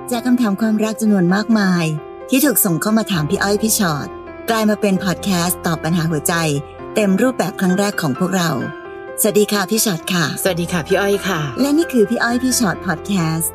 จากคำถามความรักจำนวนมากมายที่ถูกส่งเข้ามาถามพี่อ้อยพี่ชอตกลายมาเป็นพอดแคสต์ตอบปัญหาหัวใจเต็มรูปแบบครั้งแรกของพวกเราสวัสดีค่ะพี่ชอตค่ะสวัสดีค่ะพี่อ้อยค่ะและนี่คือพี่อ้อยพี่ชอตพอดแคสต์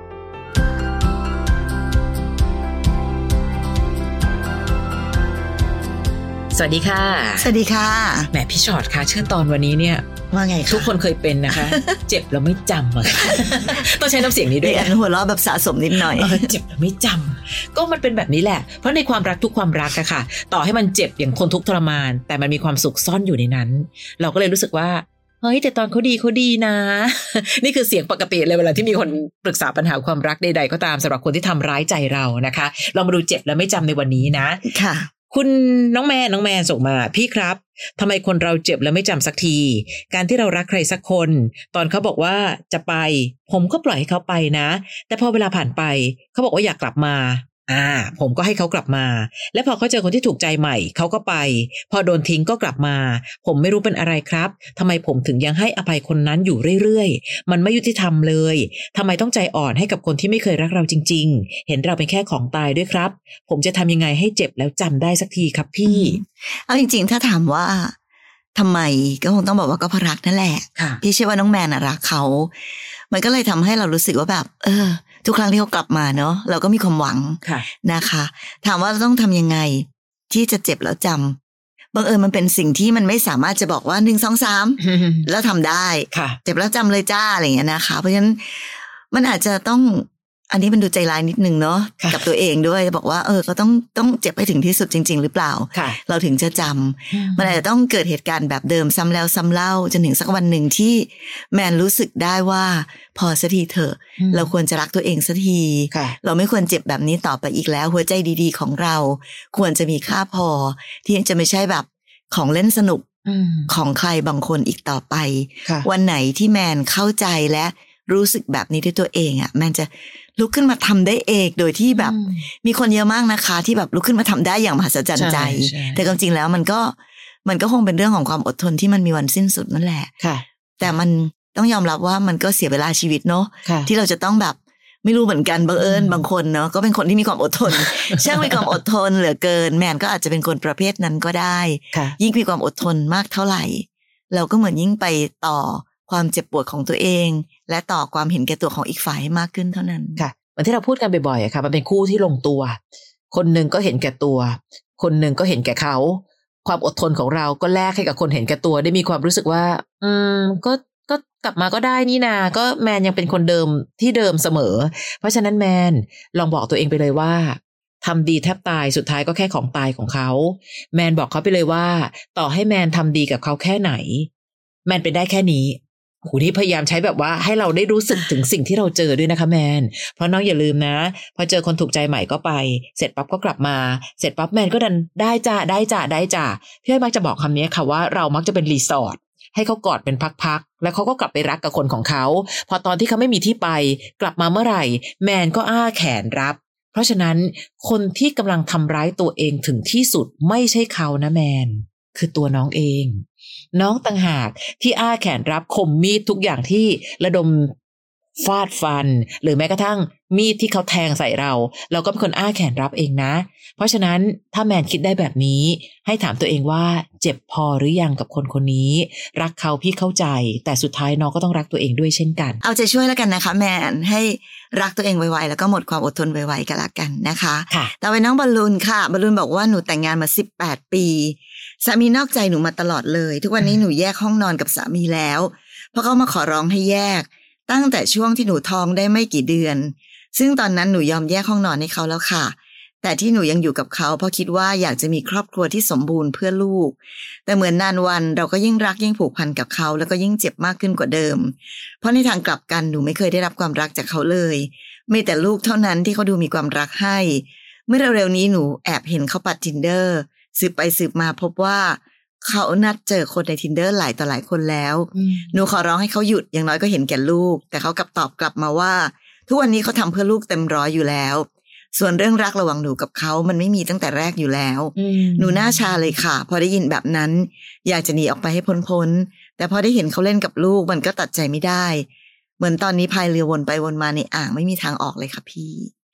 สวัสดีค่ะสวัสดีค่ะแหมพี่ชอตค่ะชื่อตอนวันนี้เนี่ยว่าไงคะทุกคนเคยเป็นนะคะ เจ็บแล้วไม่จำอะต้องใช้น้ำเสียงนี้ด้วยหัวเราะแบบสะสมนิดหน่อยเจ็บแล้วไม่จำก็มันเป็นแบบนี้แหละเพราะในความรักทุกความรักอะค่ะต่อให้มันเจ็บอย่างคนทุกข์ทรมานแต่มันมีความสุขซ่อนอยู่ในนั้นเราก็เลยรู้สึกว่าเฮ้ยแต่ตอนเขาดีนะ นี่คือเสียงปกติเลยเวลาที่มีคนปรึกษาปัญหาความรักใดๆก็ตามสำหรับคนที่ทำร้ายใจเรานะคะเรามาดูเจ็บแล้วไม่จำในวันนี้นะค่ะคุณน้องแมนส่งมาพี่ครับทำไมคนเราเจ็บแล้วไม่จำสักทีการที่เรารักใครสักคนตอนเขาบอกว่าจะไปผมก็ปล่อยให้เขาไปนะแต่พอเวลาผ่านไปเขาบอกว่าอยากกลับมาผมก็ให้เขากลับมาและพอเขาเจอคนที่ถูกใจใหม่เขาก็ไปพอโดนทิ้งก็กลับมาผมไม่รู้เป็นอะไรครับทำไมผมถึงยังให้อภัยคนนั้นอยู่เรื่อยๆมันไม่ยุติธรรมเลยทำไมต้องใจอ่อนให้กับคนที่ไม่เคยรักเราจริงๆเห็นเราเป็นแค่ของตายด้วยครับผมจะทำยังไงให้เจ็บแล้วจำได้สักทีครับพี่เอาจริงๆถ้าถามว่าทำไมก็คงต้องบอกว่าก็เพราะรักนั่นแหละพี่เชื่อว่าน้องแมนรักเขามันก็เลยทำให้เรารู้สึกว่าแบบทุกครั้งที่เขากลับมาเนาะเราก็มีความหวังนะคะถามว่าเราต้องทำยังไงที่จะเจ็บแล้วจำบังเอิญมันเป็นสิ่งที่มันไม่สามารถจะบอกว่า1 2 3แล้วทำได้เจ็บแล้วจำเลยจ้าอะไรอย่างเงี้ยนะคะเพราะฉะนั้นมันอาจจะต้องอันนี้มันดูใจร้ายนิดนึงเนาะกับตัวเองด้วยบอกว่าก็ต้องเจ็บให้ถึงที่สุดจริงๆหรือเปล่าเราถึงจะจำมันอาจจะต้องเกิดเหตุการณ์แบบเดิมซ้ำแล้วซ้ำเล่าจนถึงสักวันหนึ่งที่แมนรู้สึกได้ว่าพอสักทีเถอะเราควรจะรักตัวเองสักทีเราไม่ควรเจ็บแบบนี้ต่อไปอีกแล้วหัวใจดีๆของเราควรจะมีค่าพอที่จะไม่ใช่แบบของเล่นสนุกของใครบางคนอีกต่อไปวันไหนที่แมนเข้าใจและรู้สึกแบบนี้ด้วยตัวเองแมนจะลุกขึ้นมาทำได้เองโดยที่แบบมีคนเยอะมากนะคะที่แบบลุกขึ้นมาทำได้อย่างมหัศจรรย์ใจแต่จริงๆแล้วมันก็คงเป็นเรื่องของความอดทนที่มันมีวันสิ้นสุดนั่นแหละแต่มันต้องยอมรับว่ามันก็เสียเวลาชีวิตเนาะที่เราจะต้องแบบไม่รู้เหมือนกันบังเอิญบางคนเนาะก็เป็นคนที่มีความอดทน ช่างมีความอดทนเหลือเกินแมนก็อาจจะเป็นคนประเภทนั้นก็ได้ยิ่งมีความอดทนมากเท่าไหร่เราก็เหมือนยิ่งไปต่อความเจ็บปวดของตัวเองและต่อความเห็นแก่ตัวของอีกฝ่ายให้มากขึ้นเท่านั้นค่ะเหมือนที่เราพูดกันบ่อยๆค่ะมันเป็นคู่ที่ลงตัวคนหนึ่งก็เห็นแก่ตัวคนหนึ่งก็เห็นแก่เขาความอดทนของเราก็แลกให้กับคนเห็นแก่ตัวได้มีความรู้สึกว่าก็กลับมาก็ได้นี่นาก็แมนยังเป็นคนเดิมที่เดิมเสมอเพราะฉะนั้นแมนลองบอกตัวเองไปเลยว่าทำดีแทบตายสุดท้ายก็แค่ของตายของเขาแมนบอกเขาไปเลยว่าต่อให้แมนทำดีกับเขาแค่ไหนแมนเป็นได้แค่นี้โหนี่พยายามใช้แบบว่าให้เราได้รู้สึกถึงสิ่งที่เราเจอด้วยนะคะแมนเพราะน้องอย่าลืมนะพอเจอคนถูกใจใหม่ก็ไปเสร็จปั๊บก็กลับมาเสร็จปั๊บแมนก็ดันได้จ้าพี่อ้อยมักจะบอกคำนี้ค่ะว่าเรามักจะเป็นรีสอร์ทให้เขากอดเป็นพักๆแล้วเขาก็กลับไปรักกับคนของเขาพอตอนที่เขาไม่มีที่ไปกลับมาเมื่อไหร่แมนก็อ้าแขนรับเพราะฉะนั้นคนที่กำลังทำร้ายตัวเองถึงที่สุดไม่ใช่เขานะแมนคือตัวน้องเองน้องต่างหากที่อ้าแขนรับคมมีดทุกอย่างที่ระดมฟาดฟันหรือแม้กระทั่งมีดที่เขาแทงใส่เราก็เป็นคนอ้าแขนรับเองนะเพราะฉะนั้นถ้าแมนคิดได้แบบนี้ให้ถามตัวเองว่าเจ็บพอหรือยังกับคนคนนี้รักเขาพี่เข้าใจแต่สุดท้ายน้องก็ต้องรักตัวเองด้วยเช่นกันเอาใจช่วยแล้วกันนะคะแมนให้รักตัวเองไวๆแล้วก็หมดความอดทนไวๆกันละกันนะคะต่อไปน้องบอลลูนค่ะบอลลูนบอกว่าหนูแต่งงานมา18 ปีสามีนอกใจหนูมาตลอดเลยทุกวันนี้หนูแยกห้องนอนกับสามีแล้วเพราะเขามาขอร้องให้แยกตั้งแต่ช่วงที่หนูท้องได้ไม่กี่เดือนซึ่งตอนนั้นหนูยอมแยกห้องนอนให้เขาแล้วค่ะแต่ที่หนูยังอยู่กับเขาเพราะคิดว่าอยากจะมีครอบครัวที่สมบูรณ์เพื่อลูกแต่เหมือนนานวันเราก็ยิ่งรักยิ่งผูกพันกับเขาแล้วก็ยิ่งเจ็บมากขึ้นกว่าเดิมเพราะในทางกลับกันหนูไม่เคยได้รับความรักจากเขาเลยมีแต่ลูกเท่านั้นที่เขาดูมีความรักให้เมื่อเร็วๆนี้หนูแอบเห็นเขาปัด Tinder สืบไปสืบมาพบว่าเขานัดเจอคนใน Tinder หลายต่อหลายคนแล้วหนูขอร้องให้เขาหยุดอย่างน้อยก็เห็นแก่ลูกแต่เขากลับตอบกลับมาว่าทุกวันนี้เขาทำเพื่อลูกเต็มร้อยอยู่แล้วส่วนเรื่องรักระหว่างหนูกับเขามันไม่มีตั้งแต่แรกอยู่แล้วหนูหน้าชาเลยค่ะพอได้ยินแบบนั้นอยากจะหนีออกไปให้พ้นแต่พอได้เห็นเขาเล่นกับลูกมันก็ตัดใจไม่ได้เหมือนตอนนี้พายเรือวนไปวนมาในอ่างไม่มีทางออกเลยค่ะพี่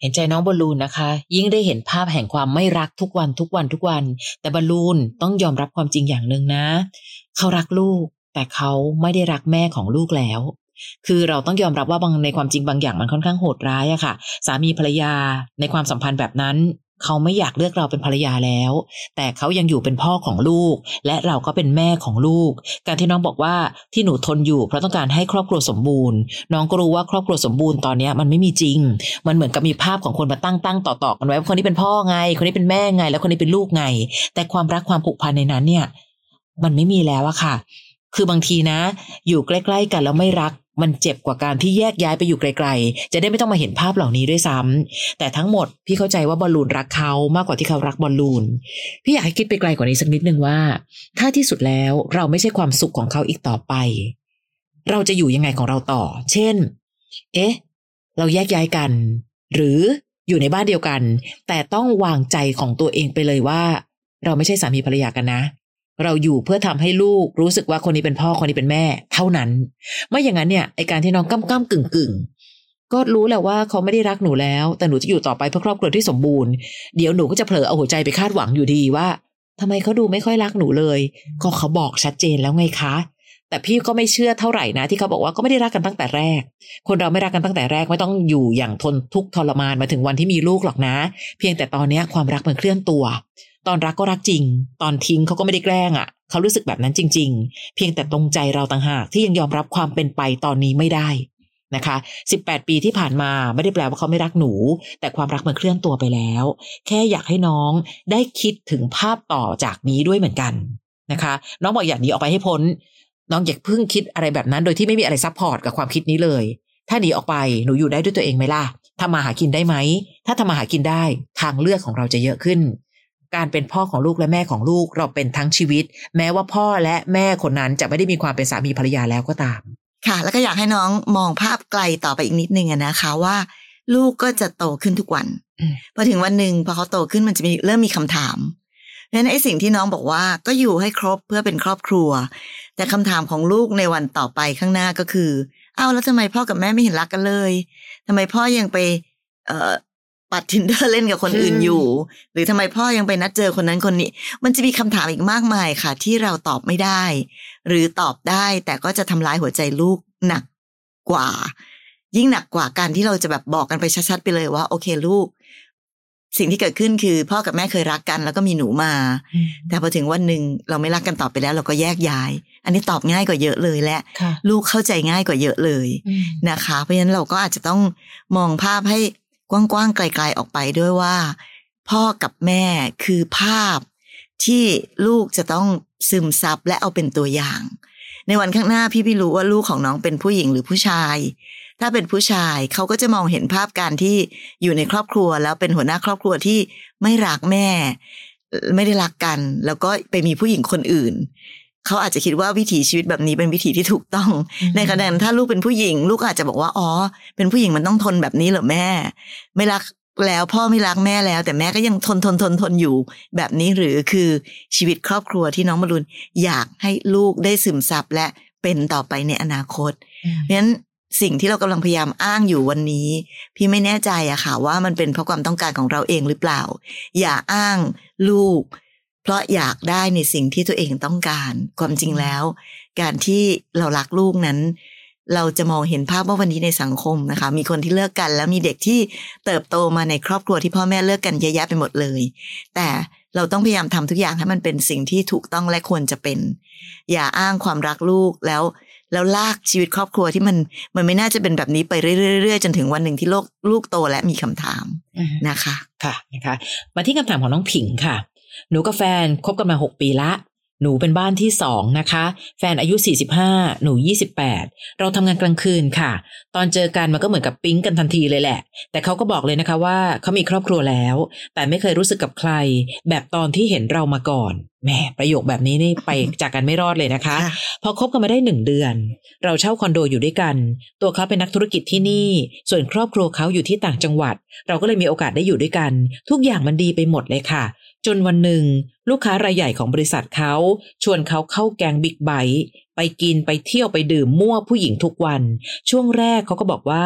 เห็นใจน้องบอลลูนนะคะยิ่งได้เห็นภาพแห่งความไม่รักทุกวันแต่บอลลูนต้องยอมรับความจริงอย่างหนึ่งนะเขารักลูกแต่เขาไม่ได้รักแม่ของลูกแล้วคือเราต้องยอมรับว่าในความจริงบางอย่างมันค่อนข้างโหดร้ายอะค่ะสามีภรรยาในความสัมพันธ์แบบนั้นเขาไม่อยากเลือกเราเป็นภรรยาแล้วแต่เขายังอยู่เป็นพ่อของลูกและเราก็เป็นแม่ของลูกการที่น้องบอกว่าที่หนูทนอยู่เพราะต้องการให้ครอบครัวสมบูรณ์น้องก็รู้ว่าครอบครัวสมบูรณ์ตอนนี้มันไม่มีจริงมันเหมือนกับมีภาพของคนมาตั้งต่อกันไว้ว่าคนนี้เป็นพ่อไงคนนี้เป็นแม่ไงแล้วคนนี้เป็นลูกไงแต่ความรักความผูกพันในนั้นเนี่ยมันไม่มีแล้วอะค่ะคือบางทีนะอยู่ใกล้ๆกันแล้วไม่รักมันเจ็บกว่าการที่แยกย้ายไปอยู่ไกลๆจะได้ไม่ต้องมาเห็นภาพเหล่านี้ด้วยซ้ำแต่ทั้งหมดพี่เข้าใจว่าบอลลูนรักเขามากกว่าที่เขารักบอลลูนพี่อยากให้คิดไปไกลกว่านี้สักนิดนึงว่าถ้าที่สุดแล้วเราไม่ใช่ความสุขของเขาอีกต่อไปเราจะอยู่ยังไงของเราต่อเช่นเราแยกย้ายกันหรืออยู่ในบ้านเดียวกันแต่ต้องวางใจของตัวเองไปเลยว่าเราไม่ใช่สามีภรรยากันนะเราอยู่เพื่อทำให้ลูกรู้สึกว่าคนนี้เป็นพ่อคนนี้เป็นแม่เท่านั้นไม่อย่างนั้นเนี่ยไอการที่น้องก้ำกึ่งก็รู้แหละว่าเขาไม่ได้รักหนูแล้วแต่หนูจะอยู่ต่อไปเพื่อครอบครัวที่สมบูรณ์เดี๋ยวหนูก็จะเผลอเอาหัวใจไปคาดหวังอยู่ดีว่าทำไมเขาดูไม่ค่อยรักหนูเลยก็เขาบอกชัดเจนแล้วไงคะแต่พี่ก็ไม่เชื่อเท่าไหร่นะที่เขาบอกว่าก็ไม่ได้รักกันตั้งแต่แรกคนเราไม่รักกันตั้งแต่แรกไม่ต้องอยู่อย่างทนทุกข์ทรมานมาถึงวันที่มีลูกหรอกนะเพียงแต่ตอนนี้ความรักมันเคลื่อนตัวตอนรักก็รักจริงตอนทิ้งเขาก็ไม่ได้แกล้งเขารู้สึกแบบนั้นจริงๆเพียงแต่ตรงใจเราต่างหากที่ยังยอมรับความเป็นไปตอนนี้ไม่ได้นะคะ18 ปีที่ผ่านมาไม่ได้แปลว่าเขาไม่รักหนูแต่ความรักมันเคลื่อนตัวไปแล้วแค่อยากให้น้องได้คิดถึงภาพต่อจากนี้ด้วยเหมือนกันนะคะน้องบอกอย่าหนีออกไปให้พ้นน้องอย่าเพิ่งคิดอะไรแบบนั้นโดยที่ไม่มีอะไรซัพพอร์ตกับความคิดนี้เลยถ้าหนีออกไปหนูอยู่ได้ด้วยตัวเองไหมล่ะทำมาหากินได้ไหมถ้าทำมาหากินได้ทางเลือกของเราจะเยอะขึ้นการเป็นพ่อของลูกและแม่ของลูกเราเป็นทั้งชีวิตแม้ว่าพ่อและแม่คนนั้นจะไม่ได้มีความเป็นสามีภรรยาแล้วก็ตามค่ะแล้วก็อยากให้น้องมองภาพไกลต่อไปอีกนิดนึงนะคะว่าลูกก็จะโตขึ้นทุกวันพอถึงวันหนึ่งพอเขาโตขึ้นมันจะเริ่มมีคำถามเพราะฉะนั้นไอ้สิ่งที่น้องบอกว่าก็อยู่ให้ครบเพื่อเป็นครอบครัวแต่คำถามของลูกในวันต่อไปข้างหน้าก็คือแล้วทำไมพ่อกับแม่ไม่เห็นรักกันเลยทำไมพ่อยังไปปัด Tinder เล่นกับคนอื่นอยู่หรือทำไมพ่อยังไปนัดเจอคนนั้นคนนี้มันจะมีคำถามอีกมากมายค่ะที่เราตอบไม่ได้หรือตอบได้แต่ก็จะทำร้ายหัวใจลูกหนักกว่ายิ่งหนักกว่าการที่เราจะแบบบอกกันไปชัดๆไปเลยว่าโอเคลูกสิ่งที่เกิดขึ้นคือพ่อกับแม่เคยรักกันแล้วก็มีหนูมาแต่พอถึงวันหนึ่งเราไม่รักกันต่อไปแล้วเราก็แยกย้ายอันนี้ตอบง่ายกว่าเยอะเลยและลูกเข้าใจง่ายกว่าเยอะเลยนะคะเพราะฉะนั้นเราก็อาจจะต้องมองภาพให้กว้างๆไกลๆออกไปด้วยว่าพ่อกับแม่คือภาพที่ลูกจะต้องซึมซับและเอาเป็นตัวอย่างในวันข้างหน้าพี่ไม่รู้ว่าลูกของน้องเป็นผู้หญิงหรือผู้ชายถ้าเป็นผู้ชายเขาก็จะมองเห็นภาพการที่อยู่ในครอบครัวแล้วเป็นหัวหน้าครอบครัวที่ไม่รักแม่ไม่ได้รักกันแล้วก็ไปมีผู้หญิงคนอื่นเขาอาจจะคิดว่าวิถีชีวิตแบบนี้เป็นวิถีที่ถูกต้องในขณะถ้าลูกเป็นผู้หญิงลูกอาจจะบอกว่าเป็นผู้หญิงมันต้องทนแบบนี้เหรอแม่ไม่รักแล้วพ่อไม่รักแม่แล้วแต่แม่ก็ยังทนอยู่แบบนี้หรือคือชีวิตครอบครัวที่น้องบอลลูนอยากให้ลูกได้ซึมซับและเป็นต่อไปในอนาคตเพราะฉะนั้นสิ่งที่เรากำลังพยายามอ้างอยู่วันนี้พี่ไม่แน่ใจอะค่ะว่ามันเป็นเพราะความต้องการของเราเองหรือเปล่าอย่าอ้างลูกเพราะอยากได้ในสิ่งที่ตัวเองต้องการความจริงแล้วการที่เรารักลูกนั้นเราจะมองเห็นภาพว่าวันนี้ในสังคมนะคะมีคนที่เลิกกันแล้วมีเด็กที่เติบโตมาในครอบครัวที่พ่อแม่เลิกกันเยอะแยะไปหมดเลยแต่เราต้องพยายามทำทุกอย่างให้มันเป็นสิ่งที่ถูกต้องและควรจะเป็นอย่าอ้างความรักลูกแล้วลากชีวิตครอบครัวที่มันไม่น่าจะเป็นแบบนี้ไปเรื่อยๆจนถึงวันหนึ่งที่ลูกโตและมีคำถามนะคะค่ะนะคะมาที่คำถามของน้องผิงค่ะหนูกับแฟนคบกันมา6 ปีละหนูเป็นบ้านที่2นะคะแฟนอายุ45หนู28เราทำงานกลางคืนค่ะตอนเจอกันมันก็เหมือนกับปิ๊งกันทันทีเลยแหละแต่เขาก็บอกเลยนะคะว่าเขามีครอบครัวแล้วแต่ไม่เคยรู้สึกกับใครแบบตอนที่เห็นเรามาก่อนแหมประโยคแบบนี้นี่ไปจากกันไม่รอดเลยนะคะพอคบกันมาได้1 เดือนเราเช่าคอนโดอยู่ด้วยกันตัวเขาเป็นนักธุรกิจที่นี่ส่วนครอบครัวเขาอยู่ที่ต่างจังหวัดเราก็เลยมีโอกาสได้อยู่ด้วยกันทุกอย่างมันดีไปหมดเลยค่ะจนวันหนึ่งลูกค้ารายใหญ่ของบริษัทเขาชวนเขาเข้าแก๊งบิ๊กไบค์ไปกินไปเที่ยวไปดื่มมั่วผู้หญิงทุกวันช่วงแรกเขาก็บอกว่า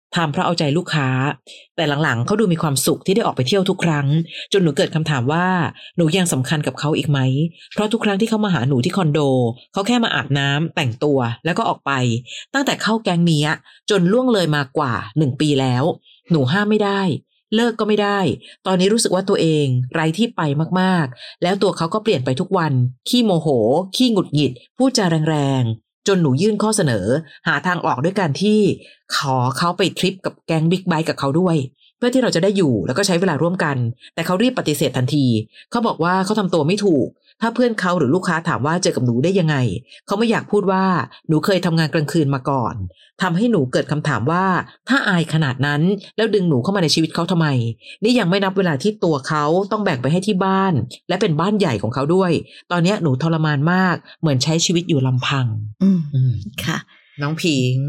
ทำเพราะเอาใจลูกค้าแต่หลังๆเขาดูมีความสุขที่ได้ออกไปเที่ยวทุกครั้งจนหนูเกิดคำถามว่าหนูยังสำคัญกับเขาอีกไหมเพราะทุกครั้งที่เขามาหาหนูที่คอนโดเขาแค่มาอาบน้ำแต่งตัวแล้วก็ออกไปตั้งแต่เข้าแก๊งนี้จนล่วงเลยมากว่า1 ปีแล้วหนูห้ามไม่ได้เลิกก็ไม่ได้ตอนนี้รู้สึกว่าตัวเองไร้ที่ไปมากๆแล้วตัวเขาก็เปลี่ยนไปทุกวันขี้โมโหขี้หงุดหงิดพูดจาแรงๆจนหนูยื่นข้อเสนอหาทางออกด้วยการที่ขอเขาไปทริปกับแก๊งบิ๊กไบค์กับเขาด้วยเพื่อที่เราจะได้อยู่แล้วก็ใช้เวลาร่วมกันแต่เขารีบปฏิเสธทันทีเขาบอกว่าเขาทำตัวไม่ถูกถ้าเพื่อนเขาหรือลูกค้าถามว่าเจอกับหนูได้ยังไงเขาไม่อยากพูดว่าหนูเคยทำงานกลางคืนมาก่อนทำให้หนูเกิดคำถามว่าถ้าอายขนาดนั้นแล้วดึงหนูเข้ามาในชีวิตเขาทำไมนี่ยังไม่นับเวลาที่ตัวเขาต้องแบ่งไปให้ที่บ้านและเป็นบ้านใหญ่ของเขาด้วยตอนนี้หนูทรมานมากเหมือนใช้ชีวิตอยู่ลำพังค่ะน้องผิง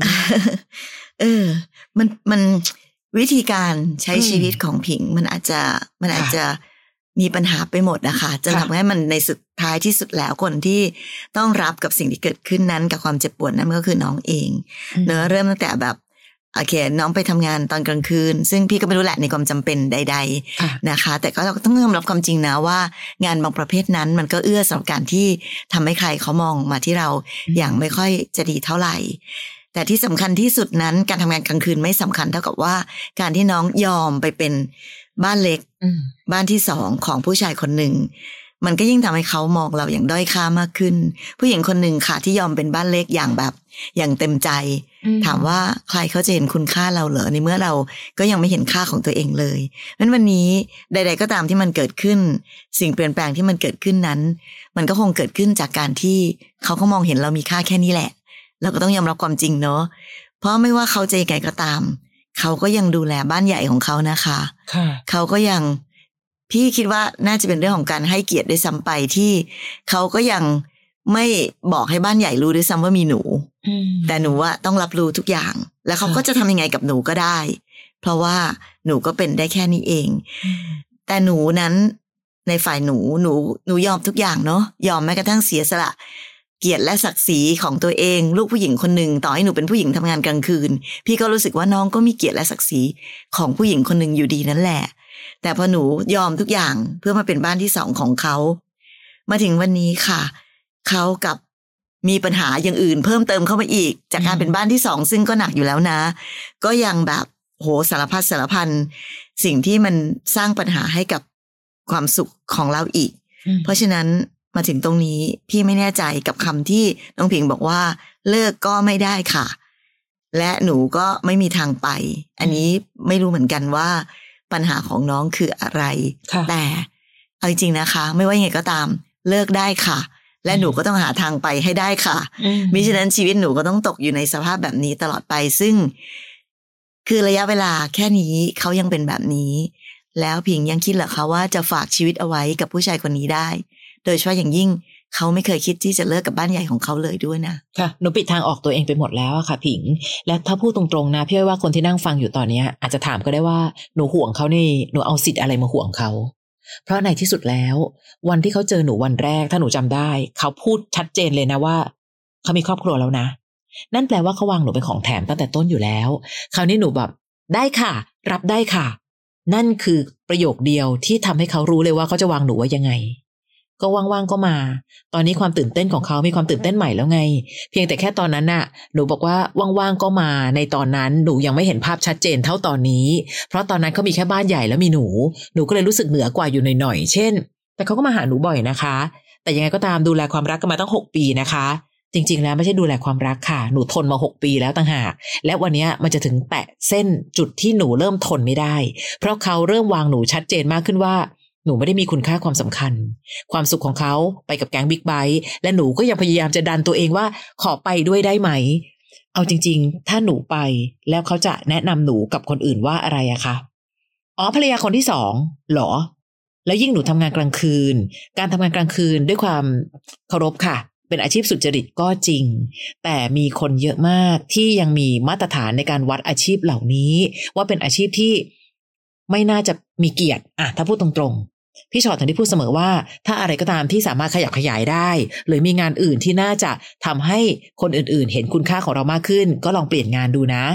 มันวิธีการใช้ชีวิตของผิงมันอาจจะมีปัญหาไปหมดนะคะจะทำให้มันในสุดท้ายที่สุดแล้วคนที่ต้องรับกับสิ่งที่เกิดขึ้นนั้นกับความเจ็บปวดนั้นก็คือน้องเองเนอะเริ่มตั้งแต่แบบโอเคน้องไปทำงานตอนกลางคืนซึ่งพี่ก็ไม่รู้แหละในความจำเป็นใดๆนะคะแต่ก็ต้องยอมรับความจริงนะว่างานบางประเภทนั้นมันก็เอื้อสำหรับการที่ทำให้ใครเขามองมาที่เราอย่างไม่ค่อยจะดีเท่าไหร่แต่ที่สำคัญที่สุดนั้นการทำงานกลางคืนไม่สำคัญเท่ากับว่าการที่น้องยอมไปเป็นบ้านเล็กบ้านที่2ของผู้ชายคนหนึ่งมันก็ยิ่งทำให้เขามองเราอย่างด้อยค่ามากขึ้นผู้หญิงคนหนึ่งค่ะที่ยอมเป็นบ้านเล็กอย่างเต็มใจถามว่าใครเขาจะเห็นคุณค่าเราเหรอในเมื่อเราก็ยังไม่เห็นค่าของตัวเองเลยงั้นวันนี้ใดๆก็ตามที่มันเกิดขึ้นสิ่งเปลี่ยนแปลงที่มันเกิดขึ้นนั้นมันก็คงเกิดขึ้นจากการที่เขาก็มองเห็นเรามีค่าแค่นี้แหละเราก็ต้องยอมรับความจริงเนาะเพราะไม่ว่าเขาจะยังไงก็ตามเขาก็ยังดูแลบ้านใหญ่ของเขานะคะเขาก็ยังพี่คิดว่าน่าจะเป็นเรื่องของการให้เกียรติด้วยซ้ำไปที่เขาก็ยังไม่บอกให้บ้านใหญ่รู้ด้วยซ้ำว่ามีหนูแต่หนูว่าต้องรับรู้ทุกอย่างแล้วเขาก็จะทำยังไงกับหนูก็ได้เพราะว่าหนูก็เป็นได้แค่นี้เองแต่หนูนั้นในฝ่ายหนูยอมทุกอย่างเนาะยอมแม้กระทั่งเสียสละเกียรติและศักดิ์ศรีของตัวเองลูกผู้หญิงคนหนึ่งต่อให้หนูเป็นผู้หญิงทำงานกลางคืนพี่ก็รู้สึกว่าน้องก็มีเกียรติและศักดิ์ศรีของผู้หญิงคนหนึ่งอยู่ดีนั่นแหละแต่พอหนูยอมทุกอย่างเพื่อมาเป็นบ้านที่2ของเขามาถึงวันนี้ค่ะเขากับมีปัญหาอย่างอื่นเพิ่มเติมเข้ามาอีกจากการเป็นบ้านที่2ซึ่งก็หนักอยู่แล้วนะก็ยังแบบโหสารพันสิ่งที่มันสร้างปัญหาให้กับความสุขของเราอีกเพราะฉะนั้นมาถึงตรงนี้พี่ไม่แน่ใจกับคำที่น้องผิงบอกว่าเลิกก็ไม่ได้ค่ะและหนูก็ไม่มีทางไปอันนี้ไม่รู้เหมือนกันว่าปัญหาของน้องคืออะไรแต่เอาจริงๆนะคะไม่ว่ายังไงก็ตามเลิกได้ค่ะและหนูก็ต้องหาทางไปให้ได้ค่ะมิฉะนั้นชีวิตหนูก็ต้องตกอยู่ในสภาพแบบนี้ตลอดไปซึ่งคือระยะเวลาแค่นี้เขายังเป็นแบบนี้แล้วผิงยังคิดเหรอคะว่าจะฝากชีวิตเอาไว้กับผู้ชายคนนี้ได้โดยเฉพาะอย่างยิ่งเขาไม่เคยคิดที่จะเลิกกับบ้านใหญ่ของเขาเลยด้วยนะค่ะหนูปิดทางออกตัวเองไปหมดแล้วค่ะผิงและถ้าพูดตรงๆนะพี่ว่าคนที่นั่งฟังอยู่ตอนนี้อาจจะถามก็ได้ว่าหนูห่วงเขานี่หนูเอาสิทธิ์อะไรมาห่วงเขาเพราะในที่สุดแล้ววันที่เขาเจอหนูวันแรกถ้าหนูจำได้เขาพูดชัดเจนเลยนะว่าเขามีครอบครัวแล้วนะนั่นแปลว่าเขาวางหนูเป็นของแถมตั้งแต่ต้นอยู่แล้วคราวนี้หนูแบบได้ค่ะรับได้ค่ะนั่นคือประโยคเดียวที่ทำให้เขารู้เลยว่าเขาจะวางหนูไว้ยังไงก็ว่างๆก็มาตอนนี้ความตื่นเต้นของเขามีความตื่นเต้นใหม่แล้วไงเพียงแต่แค่ตอนนั้นน่ะหนูบอกว่าว่างๆก็มาในตอนนั้นหนูยังไม่เห็นภาพชัดเจนเท่าตอนนี้เพราะตอนนั้นเขามีแค่บ้านใหญ่แล้วมีหนูก็เลยรู้สึกเหนือกว่าอยู่หน่อยๆเช่นแต่เขาก็มาหาหนูบ่อยนะคะแต่ยังไงก็ตามดูแลความรักกันมาตั้ง6 ปีนะคะจริงๆแล้วไม่ใช่ดูแลความรักค่ะหนูทนมา6 ปีแล้วต่างหากและวันนี้มันจะถึงแตะเส้นจุดที่หนูเริ่มทนไม่ได้เพราะเขาเริ่มวางหนูชัดเจนมากขึ้นว่าหนูไม่ได้มีคุณค่าความสำคัญความสุขของเขาไปกับแก๊งบิ๊กไบค์และหนูก็ยังพยายามจะดันตัวเองว่าขอไปด้วยได้ไหมเอาจริงๆถ้าหนูไปแล้วเขาจะแนะนำหนูกับคนอื่นว่าอะไรอะคะอ๋อภรรยาคนที่2หรอแล้วยิ่งหนูทำงานกลางคืนการทำงานกลางคืนด้วยความเคารพค่ะเป็นอาชีพสุจริตก็จริงแต่มีคนเยอะมากที่ยังมีมาตรฐานในการวัดอาชีพเหล่านี้ว่าเป็นอาชีพที่ไม่น่าจะมีเกียรติถ้าพูดตรงๆพี่ชอตถึงได้พูดเสมอว่าถ้าอะไรก็ตามที่สามารถขยับขยายได้หรือมีงานอื่นที่น่าจะทำให้คนอื่นๆเห็นคุณค่าของเรามากขึ้นก็ลองเปลี่ยนงานดูนะ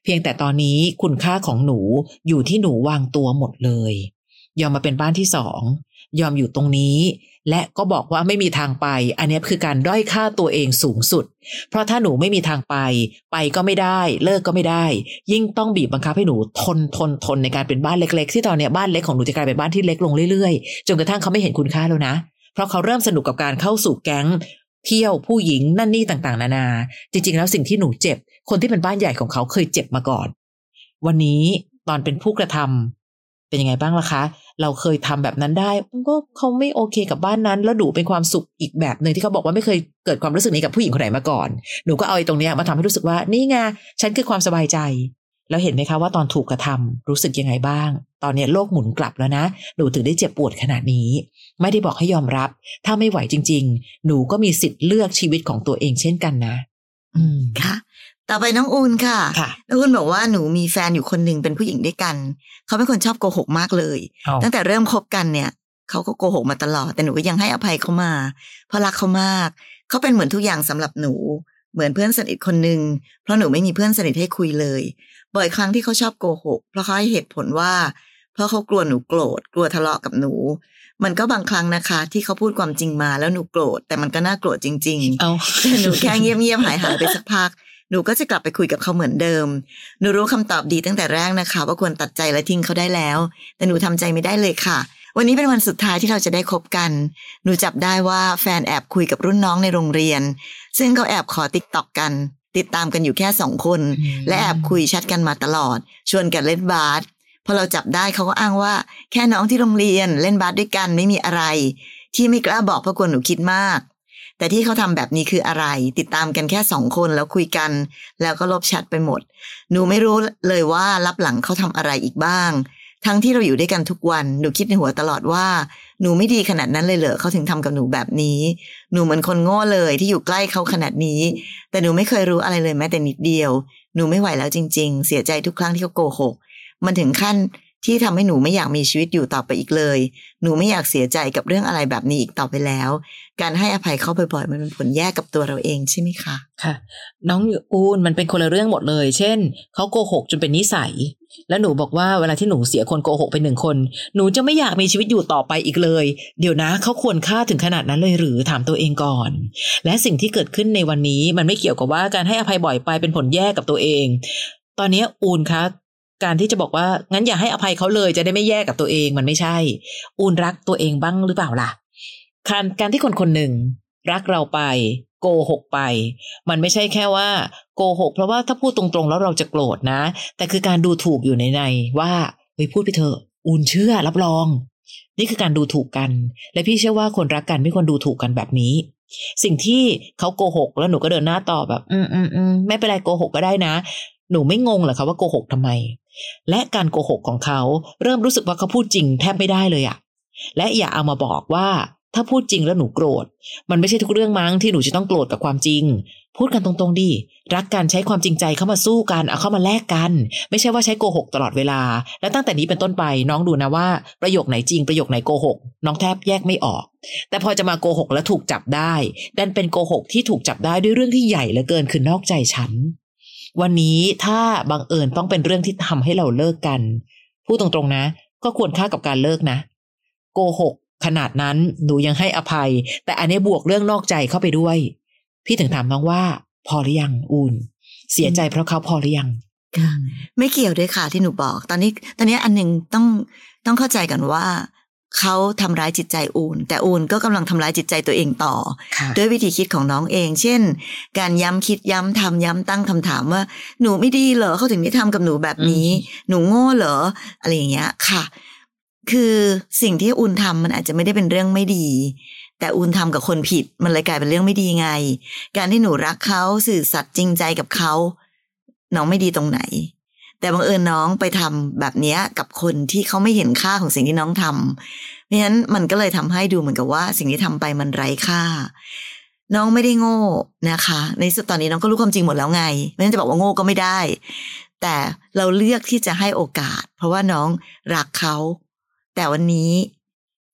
เพียงแต่ตอนนี้คุณค่าของหนูอยู่ที่หนูวางตัวหมดเลยยอมมาเป็นบ้านที่2ยอมอยู่ตรงนี้และก็บอกว่าไม่มีทางไปอันนี้คือการด้อยค่าตัวเองสูงสุดเพราะถ้าหนูไม่มีทางไปก็ไม่ได้เลิกก็ไม่ได้ยิ่งต้องบีบบังคับให้หนูทนในการเป็นบ้านเล็กๆที่ตอนนี้บ้านเล็กของหนูจะกลายเป็นบ้านที่เล็กลงเรื่อยๆจนกระทั่งเขาไม่เห็นคุณค่าแล้วนะเพราะเขาเริ่มสนุกกับการเข้าสู่แก๊งเที่ยวผู้หญิงนั่นนี่ต่างๆนานาจริงๆแล้วสิ่งที่หนูเจ็บคนที่เป็นบ้านใหญ่ของเขาเคยเจ็บมาก่อนวันนี้ตอนเป็นผู้กระทำเป็นยังไงบ้างล่ะคะเราเคยทำแบบนั้นได้ก็เขาไม่โอเคกับบ้านนั้นแล้วหนูเป็นความสุขอีกแบบนึงที่เขาบอกว่าไม่เคยเกิดความรู้สึกนี้กับผู้หญิงคนไหนมาก่อนหนูก็เอาไอ้ตรงนี้มาทำให้รู้สึกว่านี่ไงฉันคือความสบายใจแล้วเห็นไหมคะว่าตอนถูกกระทำรู้สึกยังไงบ้างตอนนี้โลกหมุนกลับแล้วนะหนูถึงได้เจ็บปวดขนาดนี้ไม่ได้บอกให้ยอมรับถ้าไม่ไหวจริงๆหนูก็มีสิทธิ์เลือกชีวิตของตัวเองเช่นกันนะค่ะต่อไปน้องอูนค่ะน้องอูนบอกว่าหนูมีแฟนอยู่คนหนึ่งเป็นผู้หญิงด้วยกันเขาเป็นคนชอบโกหกมากเลยตั้งแต่เริ่มคบกันเนี่ยเขาก็โกหกมาตลอดแต่หนูก็ยังให้อภัยเขามาเพราะรักเขามากเขาเป็นเหมือนทุกอย่างสำหรับหนูเหมือนเพื่อนสนิทคนหนึ่งเพราะหนูไม่มีเพื่อนสนิทให้คุยเลยบ่อยครั้งที่เขาชอบโกหกเพราะเขาให้เหตุผลว่าเพราะเขากลัวหนูโกรธกลัวทะเลาะกับหนูมันก็บางครั้งนะคะที่เขาพูดความจริงมาแล้วหนูโกรธแต่มันก็น่าโกรธจริงๆหนูแค่เงียบๆหายไปสักพักหนูก็จะกลับไปคุยกับเขาเหมือนเดิมหนูรู้คำตอบดีตั้งแต่แรกนะคะว่าควรตัดใจและทิ้งเขาได้แล้วแต่หนูทำใจไม่ได้เลยค่ะวันนี้เป็นวันสุดท้ายที่เราจะได้คบกันหนูจับได้ว่าแฟนแอบคุยกับรุ่นน้องในโรงเรียนซึ่งเขาแอบขอ TikTok กันติดตามกันอยู่แค่2คนและแอบคุยแชทกันมาตลอดชวนกันเล่นบาสพอเราจับได้เขาก็อ้างว่าแค่น้องที่โรงเรียนเล่นบาสด้วยกันไม่มีอะไรที่ไม่กล้าบอกเพราะกลัวหนูคิดมากแต่ที่เขาทำแบบนี้คืออะไรติดตามกันแค่2คนแล้วคุยกันแล้วก็ลบแชทไปหมดหนูไม่รู้เลยว่าลับหลังเขาทำอะไรอีกบ้างทั้งที่เราอยู่ด้วยกันทุกวันหนูคิดในหัวตลอดว่าหนูไม่ดีขนาดนั้นเลยเหรอเขาถึงทำกับหนูแบบนี้หนูเหมือนคนโง่เลยที่อยู่ใกล้เขาขนาดนี้แต่หนูไม่เคยรู้อะไรเลยแม้แต่นิดเดียวหนูไม่ไหวแล้วจริงๆเสียใจทุกครั้งที่เขาโกหกมันถึงขั้นที่ทำให้หนูไม่อยากมีชีวิตอยู่ต่อไปอีกเลยหนูไม่อยากเสียใจกับเรื่องอะไรแบบนี้อีกต่อไปแล้วการให้อภัยเขาบ่อยๆมันเป็นผลแย่กับตัวเราเองใช่ไหมคะค่ะน้องอูนมันเป็นคนละเรื่องหมดเลยเช่นเขาโกหกจนเป็นนิสัยแล้วหนูบอกว่าเวลาที่หนูเสียคนโกหกไป1คนหนูจะไม่อยากมีชีวิตอยู่ต่อไปอีกเลยเดี๋ยวนะเขาควรค่าถึงขนาดนั้นเลยหรือถามตัวเองก่อนและสิ่งที่เกิดขึ้นในวันนี้มันไม่เกี่ยวกับว่าการให้อภัยบ่อยไปเป็นผลแย่กับตัวเองตอนนี้อูนคะการที่จะบอกว่างั้นอย่าให้อภัยเขาเลยจะได้ไม่แย่กับตัวเองมันไม่ใช่อูนรักตัวเองบ้างหรือเปล่าล่ะการที่คนหนึ่งรักเราไปโกหกไปมันไม่ใช่แค่ว่าโกหกเพราะว่าถ้าพูดตรงๆแล้วเราจะโกรธนะแต่คือการดูถูกอยู่ในว่าเฮ้ยพูดไปเถอะอูนเชื่อรับรองนี่คือการดูถูกกันและพี่เชื่อว่าคนรักกันไม่ควรดูถูกกันแบบนี้สิ่งที่เขาโกหกแล้วหนูก็เดินหน้าต่อแบบไม่เป็นไรโกหกก็ได้นะหนูไม่งงเหรอคะว่าโกหกทำไมและการโกหกของเขาเริ่มรู้สึกว่าเขาพูดจริงแทบไม่ได้เลยอะและอย่าเอามาบอกว่าถ้าพูดจริงแล้วหนูโกรธมันไม่ใช่ทุกเรื่องมั้งที่หนูจะต้องโกรธกับความจริงพูดกันตรงๆดิรักกันใช้ความจริงใจเข้ามาสู้กันเอาเข้ามาแลกกันไม่ใช่ว่าใช้โกหกตลอดเวลาและตั้งแต่นี้เป็นต้นไปน้องดูนะว่าประโยคไหนจริงประโยคไหนโกหกน้องแทบแยกไม่ออกแต่พอจะมาโกหกแล้วถูกจับได้ดันเป็นโกหกที่ถูกจับได้ด้วยเรื่องที่ใหญ่เหลือเกินคือนอกใจฉันวันนี้ถ้าบังเอิญต้องเป็นเรื่องที่ทำให้เราเลิกกันพูดตรงๆนะก็ควรค่ากับการเลิกนะโกหกขนาดนั้นหนูยังให้อภัยแต่อันนี้บวกเรื่องนอกใจเข้าไปด้วยพี่ถึงถามน้องว่าพอหรือยังอูนเสียใจเพราะเขาพอหรือยังค่ะไม่เกี่ยวด้วยค่ะที่หนูบอกตอนนี้อันนึงต้องเข้าใจกันว่าเขาทำร้ายจิตใจอูนแต่อูนก็กำลังทำร้ายจิตใจตัวเองต่อด้วยวิธีคิดของน้องเองเช่นการย้ำคิดย้ำทำย้ำตั้งคำถามว่าหนูไม่ดีเหรอเขาถึงได้ทำกับหนูแบบนี้หนูโง่เหรออะไรอย่างเงี้ยค่ะคือสิ่งที่อูนทำมันอาจจะไม่ได้เป็นเรื่องไม่ดีแต่อูนทำกับคนผิดมันเลยกลายเป็นเรื่องไม่ดีไงการที่หนูรักเขาสื่อสัตย์จริงใจกับเขาน้องไม่ดีตรงไหนแต่บังเอิญน้องไปทำแบบนี้กับคนที่เขาไม่เห็นค่าของสิ่งที่น้องทำเพราะฉะนั้นมันก็เลยทำให้ดูเหมือนกับว่าสิ่งที่ทำไปมันไร้ค่าน้องไม่ได้โง่นะคะในสุดตอนนี้น้องก็รู้ความจริงหมดแล้วไงไม่งั้นจะบอกว่าโง่ก็ไม่ได้แต่เราเลือกที่จะให้โอกาสเพราะว่าน้องรักเขาแต่วันนี้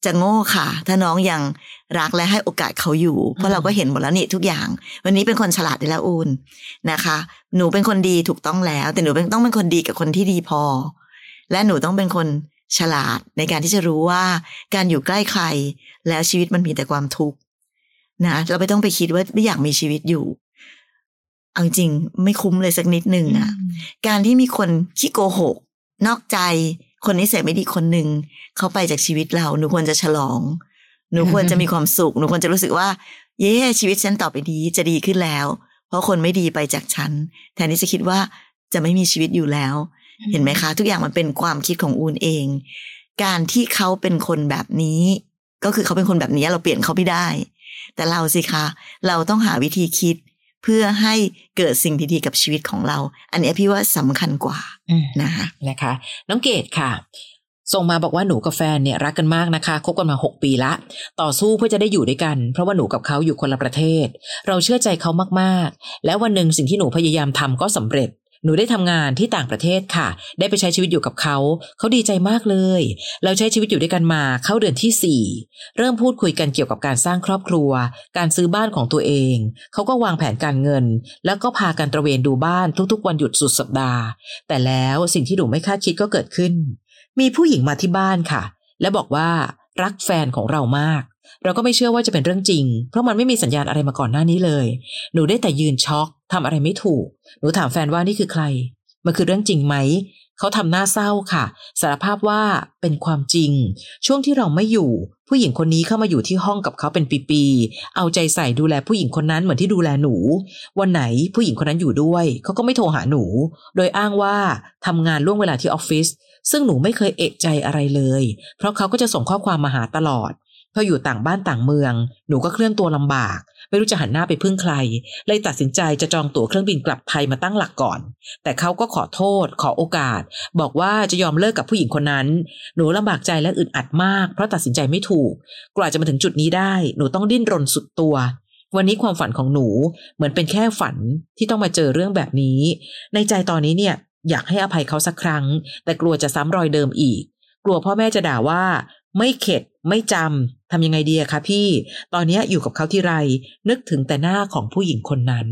จะโง่ค่ะถ้าน้องยังรักและให้โอกาสเขาอยู่เพราะเราก็เห็นหมดแล้วนี่ทุกอย่างวันนี้เป็นคนฉลาดได้แล้วอูนนะคะหนูเป็นคนดีถูกต้องแล้วแต่หนูต้องเป็นคนดีกับคนที่ดีพอและหนูต้องเป็นคนฉลาดในการที่จะรู้ว่าการอยู่ใกล้ใครแล้วชีวิตมันมีแต่ความทุกข์นะเราไม่ต้องไปคิดว่าไม่อยากมีชีวิตอยู่เอาจริงไม่คุ้มเลยสักนิดนึงอ่ะการที่มีคนขี้โกหกนอกใจคนนิสัยไม่ดีคนหนึ่งเขาไปจากชีวิตเราหนูควรจะฉลองหนูควรจะมีความสุขหนูควรจะรู้สึกว่าเย้ชีวิตฉันต่อไปนี้จะดีขึ้นแล้วเพราะคนไม่ดีไปจากฉันแทนที่จะคิดว่าจะไม่มีชีวิตอยู่แล้วเห็นไหมคะทุกอย่างมันเป็นความคิดของอูนเองการที่เขาเป็นคนแบบนี้ก็คือเขาเป็นคนแบบนี้เราเปลี่ยนเขาไม่ได้แต่เราสิคะเราต้องหาวิธีคิดเพื่อให้เกิดสิ่งดีๆกับชีวิตของเราอันนี้พี่ว่าสำคัญกว่านะคะน้องเกดค่ะส่งมาบอกว่าหนูกับแฟนเนี่ยรักกันมากนะคะคบกันมา6 ปีละต่อสู้เพื่อจะได้อยู่ด้วยกันเพราะว่าหนูกับเขาอยู่คนละประเทศเราเชื่อใจเขามากๆแล้ววันหนึ่งสิ่งที่หนูพยายามทำก็สำเร็จหนูได้ทำงานที่ต่างประเทศค่ะได้ไปใช้ชีวิตอยู่กับเขาดีใจมากเลยเราใช้ชีวิตอยู่ด้วยกันมาเข้าเดือนที่4เริ่มพูดคุยกันเกี่ยวกับการสร้างครอบครัวการซื้อบ้านของตัวเองเขาก็วางแผนการเงินแล้วก็พากันตระเวนดูบ้านทุกๆวันหยุดสุดสัปดาห์แต่แล้วสิ่งที่หนูไม่คาดคิดก็เกิดขึ้นมีผู้หญิงมาที่บ้านค่ะและบอกว่ารักแฟนของเรามากเราก็ไม่เชื่อว่าจะเป็นเรื่องจริงเพราะมันไม่มีสัญญาณอะไรมาก่อนหน้านี้เลยหนูได้แต่ยืนช็อกทำอะไรไม่ถูกหนูถามแฟนว่านี่คือใครมันคือเรื่องจริงไหมเขาทำหน้าเศร้าค่ะสารภาพว่าเป็นความจริงช่วงที่เราไม่อยู่ผู้หญิงคนนี้เข้ามาอยู่ที่ห้องกับเขาเป็นปีๆเอาใจใส่ดูแลผู้หญิงคนนั้นเหมือนที่ดูแลหนูวันไหนผู้หญิงคนนั้นอยู่ด้วยเขาก็ไม่โทรหาหนูโดยอ้างว่าทำงานล่วงเวลาที่ออฟฟิศซึ่งหนูไม่เคยเอะใจอะไรเลยเพราะเขาก็จะส่งข้อความมาหาตลอดพออยู่ต่างบ้านต่างเมืองหนูก็เคลื่อนตัวลำบากไม่รู้จะหันหน้าไปพึ่งใครเลยตัดสินใจจะจองตั๋วเครื่องบินกลับไทยมาตั้งหลักก่อนแต่เขาก็ขอโทษขอโอกาสบอกว่าจะยอมเลิกกับผู้หญิงคนนั้นหนูลำบากใจและอึดอัดมากเพราะตัดสินใจไม่ถูกกว่าจะมาถึงจุดนี้ได้หนูต้องดิ้นรนสุดตัววันนี้ความฝันของหนูเหมือนเป็นแค่ฝันที่ต้องมาเจอเรื่องแบบนี้ในใจตอนนี้เนี่ยอยากให้อภัยเขาสักครั้งแต่กลัวจะซ้ำรอยเดิมอีกกลัวพ่อแม่จะด่าว่าไม่เข็ดไม่จำทำยังไงดีอะคะพี่ตอนนี้อยู่กับเขาที่ไรนึกถึงแต่หน้าของผู้หญิงคนนั้น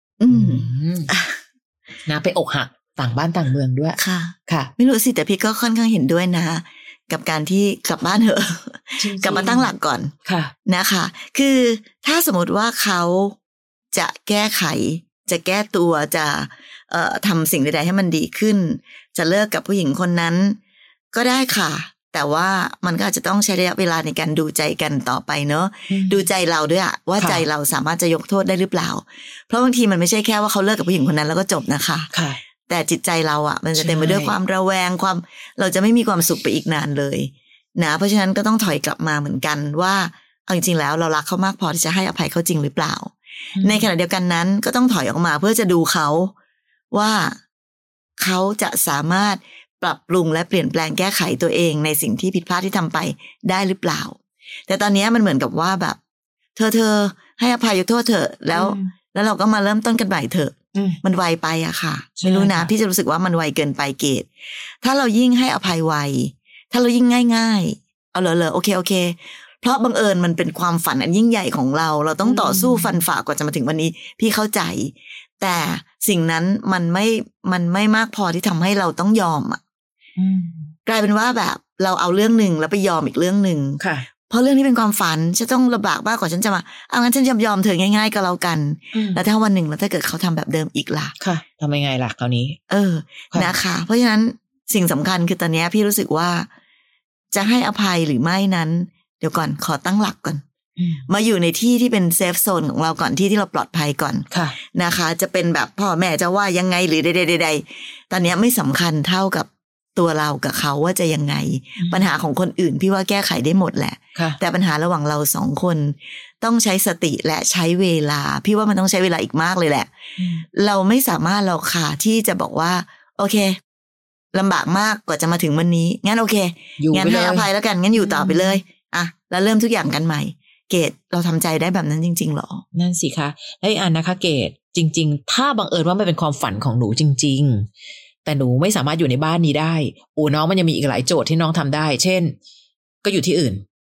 นะไปอกหักต่างบ้านต่างเมืองด้วยค่ะไม่รู้สิแต่พี่ก็ค่อนข้างเห็นด้วยนะกับการที่กลับบ้านเถอะกลับมาตั้งหลักก่อนนะคะคือถ้าสมมติว่าเขาจะแก้ไขจะแก้ตัวจะทำสิ่งใดๆให้มันดีขึ้นจะเลิกกับผู้หญิงคนนั้นก็ได้ค่ะแต่ว่ามันก็อาจจะต้องใช้ระยะเวลาในการดูใจกันต่อไปเนอะดูใจเราด้วยอะว่าใจเราสามารถจะยกโทษได้หรือเปล่าเพราะบางทีมันไม่ใช่แค่ว่าเขาเลิกกับผู้หญิงคนนั้นแล้วก็จบนะคะแต่จิตใจเราอะมันจะเต็มไปด้วยความระแวงความเราจะไม่มีความสุขไปอีกนานเลยนะเพราะฉะนั้นก็ต้องถอยกลับมาเหมือนกันว่าเอาจริงๆแล้วเรารักเขามากพอที่จะให้อภัยเขาจริงหรือเปล่าในขณะเดียวกันนั้นก็ต้องถอยออกมาเพื่อจะดูเขาว่าเขาจะสามารถปรับปรุงและเปลี่ยนแปลงแก้ไขตัวเองในสิ่งที่ผิดพลาดที่ทำไปได้หรือเปล่าแต่ตอนนี้มันเหมือนกับว่าแบบเธอให้อภัยยกโทษเถอะแล้วเราก็มาเริ่มต้นกันใหม่เถอะมันไวไปอะค่ะไม่รู้นะพี่จะรู้สึกว่ามันไวเกินไปเกดถ้าเรายิ่งให้อภัยไวถ้าเรายิ่งง่ายๆเอาเลยโอเคเพราะบังเอิญมันเป็นความฝันอันยิ่งใหญ่ของเราต้องต่อสู้ฟันฝ่ากว่าจะมาถึงวันนี้พี่เข้าใจแต่สิ่งนั้นมันไม่มากพอที่ทำให้เราต้องยอมอะกลายเป็นว่าแบบเราเอาเรื่องหนึ่งแล้วไปยอมอีกเรื่องหนึ่งเพราะเรื่องนี้เป็นความฝันฉันต้องลำบากมากกว่าฉันจะมาเอางั้นฉันยอมเธอง่ายๆก็แล้วกันแล้วถ้าวันหนึ่งแล้วถ้าเกิดเขาทำแบบเดิมอีกล่ะทำยังไงล่ะคราวนี้นะคะเพราะฉะนั้นสิ่งสำคัญคือตอนนี้พี่รู้สึกว่าจะให้อภัยหรือไม่นั้นเดี๋ยวก่อนขอตั้งหลักก่อนมาอยู่ในที่ที่เป็นเซฟโซนของเราก่อนที่เราปลอดภัยก่อนนะคะจะเป็นแบบพ่อแม่จะว่ายังไงหรือใดๆตอนนี้ไม่สำคัญเท่ากับตัวเรากับเขาว่าจะยังไงปัญหาของคนอื่นพี่ว่าแก้ไขได้หมดแหละแต่ปัญหาระหว่างเราสองคนต้องใช้สติและใช้เวลาพี่ว่ามันต้องใช้เวลาอีกมากเลยแหละเราไม่สามารถเราค่ะที่จะบอกว่าโอเคลำบากมากกว่าจะมาถึงวันนี้งั้นโอเคงั้นให้อภัยแล้วกันงั้นอยู่ต่อไปเลยอ่ะแล้วเริ่มทุกอย่างกันใหม่เกดเราทำใจได้แบบนั้นจริงๆหรอนั่นสิคะแล้วอีกอันนะคะเกดจริงๆถ้าบังเอิญว่ามันเป็นความฝันของหนูจริงๆแต่หนูไม่สามารถอยู่ในบ้านนี้ได้น้องมันยังมีอีกหลายโจทย์ที่น้องทำได้เช่นก็อยู่ที่อื่น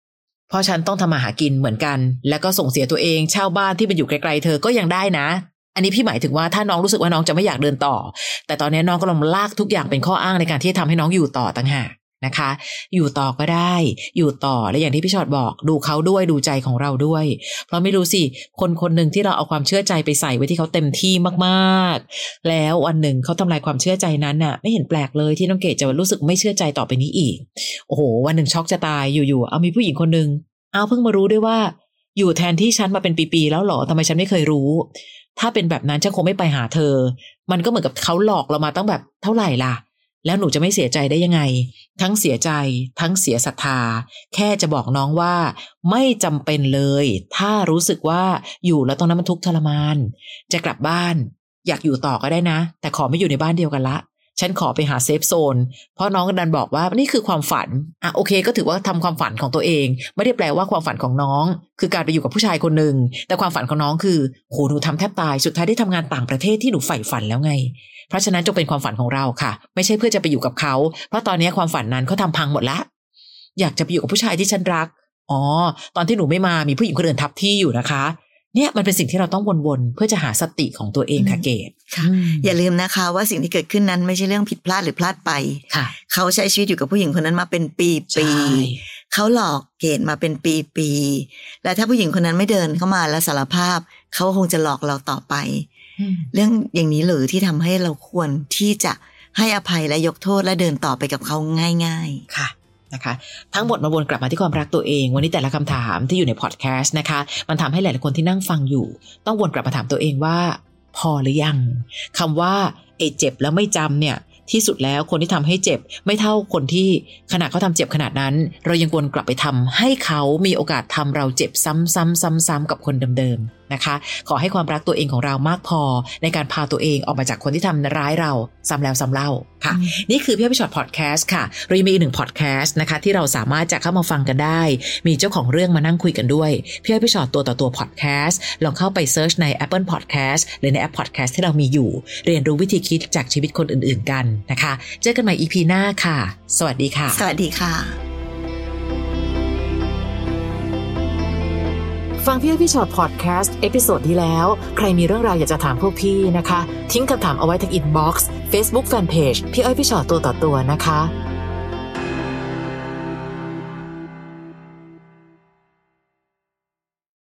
เพราะฉันต้องทำมาหากินเหมือนกันแล้วก็ส่งเสียตัวเองเช่าบ้านที่มันอยู่ไกลๆเธอก็ยังได้นะอันนี้พี่หมายถึงว่าถ้าน้องรู้สึกว่าน้องจะไม่อยากเดินต่อแต่ตอนนี้น้องกำลังลากทุกอย่างเป็นข้ออ้างในการที่จะทำให้น้องอยู่ต่อต่างหากนะคะอยู่ต่อก็ได้อยู่ต่อและอย่างที่พี่ชอตบอกดูเขาด้วยดูใจของเราด้วยเพราะไม่รู้สิคนหนึ่งที่เราเอาความเชื่อใจไปใส่ไว้ที่เขาเต็มที่มากๆแล้ววันหนึ่งเขาทำลายความเชื่อใจนั้นน่ะไม่เห็นแปลกเลยที่น้องเกดจะรู้สึกไม่เชื่อใจต่อไปนี้อีกโอ้โหวันหนึ่งช็อกจะตายอยู่ๆเอามีผู้หญิงคนนึงเอาเพิ่งมารู้ด้วยว่าอยู่แทนที่ฉันมาเป็นปีๆแล้วหรอทำไมฉันไม่เคยรู้ถ้าเป็นแบบนั้นฉันคงไม่ไปหาเธอมันก็เหมือนกับเขาหลอกเรามาตั้งแบบเท่าไหร่ล่ะแล้วหนูจะไม่เสียใจได้ยังไงทั้งเสียใจทั้งเสียศรัทธาแค่จะบอกน้องว่าไม่จำเป็นเลยถ้ารู้สึกว่าอยู่แล้วตรงนั้นมันทุกข์ทรมานจะกลับบ้านอยากอยู่ต่อก็ได้นะแต่ขอไม่อยู่ในบ้านเดียวกันละฉันขอไปหาเซฟโซนเพราะน้องดันบอกว่านี่คือความฝันโอเคก็ถือว่าทำความฝันของตัวเองไม่ได้แปลว่าความฝันของน้องคือการไปอยู่กับผู้ชายคนหนึ่งแต่ความฝันของน้องคือโหหนูทำแทบตายสุดท้ายได้ทำงานต่างประเทศที่หนูใฝ่ฝันแล้วไงเพราะฉะนั้นจงเป็นความฝันของเราค่ะไม่ใช่เพื่อจะไปอยู่กับเขาเพราะตอนนี้ความฝันนั้นเขาทำพังหมดละอยากจะไปอยู่กับผู้ชายที่ฉันรักตอนที่หนูไม่มามีผู้หญิงคนอื่นทับที่อยู่นะคะเนี่ยมันเป็นสิ่งที่เราต้องวนๆเพื่อจะหาสติของตัวเองค่ะเกดค่ะอย่าลืมนะคะว่าสิ่งที่เกิดขึ้นนั้นไม่ใช่เรื่องผิดพลาดหรือพลาดไปเขาใช้ชีวิตอยู่กับผู้หญิงคนนั้นมาเป็นปีๆเขาหลอกเกดมาเป็นปีๆและถ้าผู้หญิงคนนั้นไม่เดินเข้ามาและสารภาพเขาคงจะหลอกเราต่อไปเรื่องอย่างนี้หรือที่ทำให้เราควรที่จะให้อภัยและยกโทษและเดินต่อไปกับเขาง่ายๆค่ะนะคะทั้งหมดมาวนกลับมาที่ความรักตัวเองวันนี้แต่ละคำถามที่อยู่ในพอดแคสต์นะคะมันทำให้หลายๆคนที่นั่งฟังอยู่ต้องวนกลับมาถามตัวเองว่าพอหรือยังคำว่าเจ็บแล้วไม่จำเนี่ยที่สุดแล้วคนที่ทำให้เจ็บไม่เท่าคนที่ขณะเขาทำเจ็บขนาดนั้นเรายังวนกลับไปทำให้เขามีโอกาสทำเราเจ็บซ้ำๆกับคนเดิมๆนะคะขอให้ความรักตัวเองของเรามากพอในการพาตัวเองออกมาจากคนที่ทำร้ายเราซ้ำแล้วซ้ำเล่าค่ะนี่คือพี่อ้อยพี่ชอตพอดแคสต์ค่ะเรามีอีกหนึ่งพอดแคสต์นะคะที่เราสามารถจะเข้ามาฟังกันได้มีเจ้าของเรื่องมานั่งคุยกันด้วยพี่อ้อยพี่ชอตตัวต่อตัวพอดแคสต์ลองเข้าไปเซิร์ชใน Apple Podcast หรือในแอปพอดแคสต์ที่เรามีอยู่เรียนรู้วิธีคิดจากชีวิตคนอื่นๆกันนะคะเจอกันใหม่ EP หน้าค่ะสวัสดีค่ะสวัสดีค่ะฟังพี่อ้อยพี่ชอตพอดแคสต์เอพิโซดที่แล้วใครมีเรื่องราวอยากจะถามพวกพี่นะคะทิ้งคำถามเอาไว้ทางอินบ็อกซ์ Facebook Fanpage พี่อ้อยพี่ชอตตัวต่อตัวนะคะ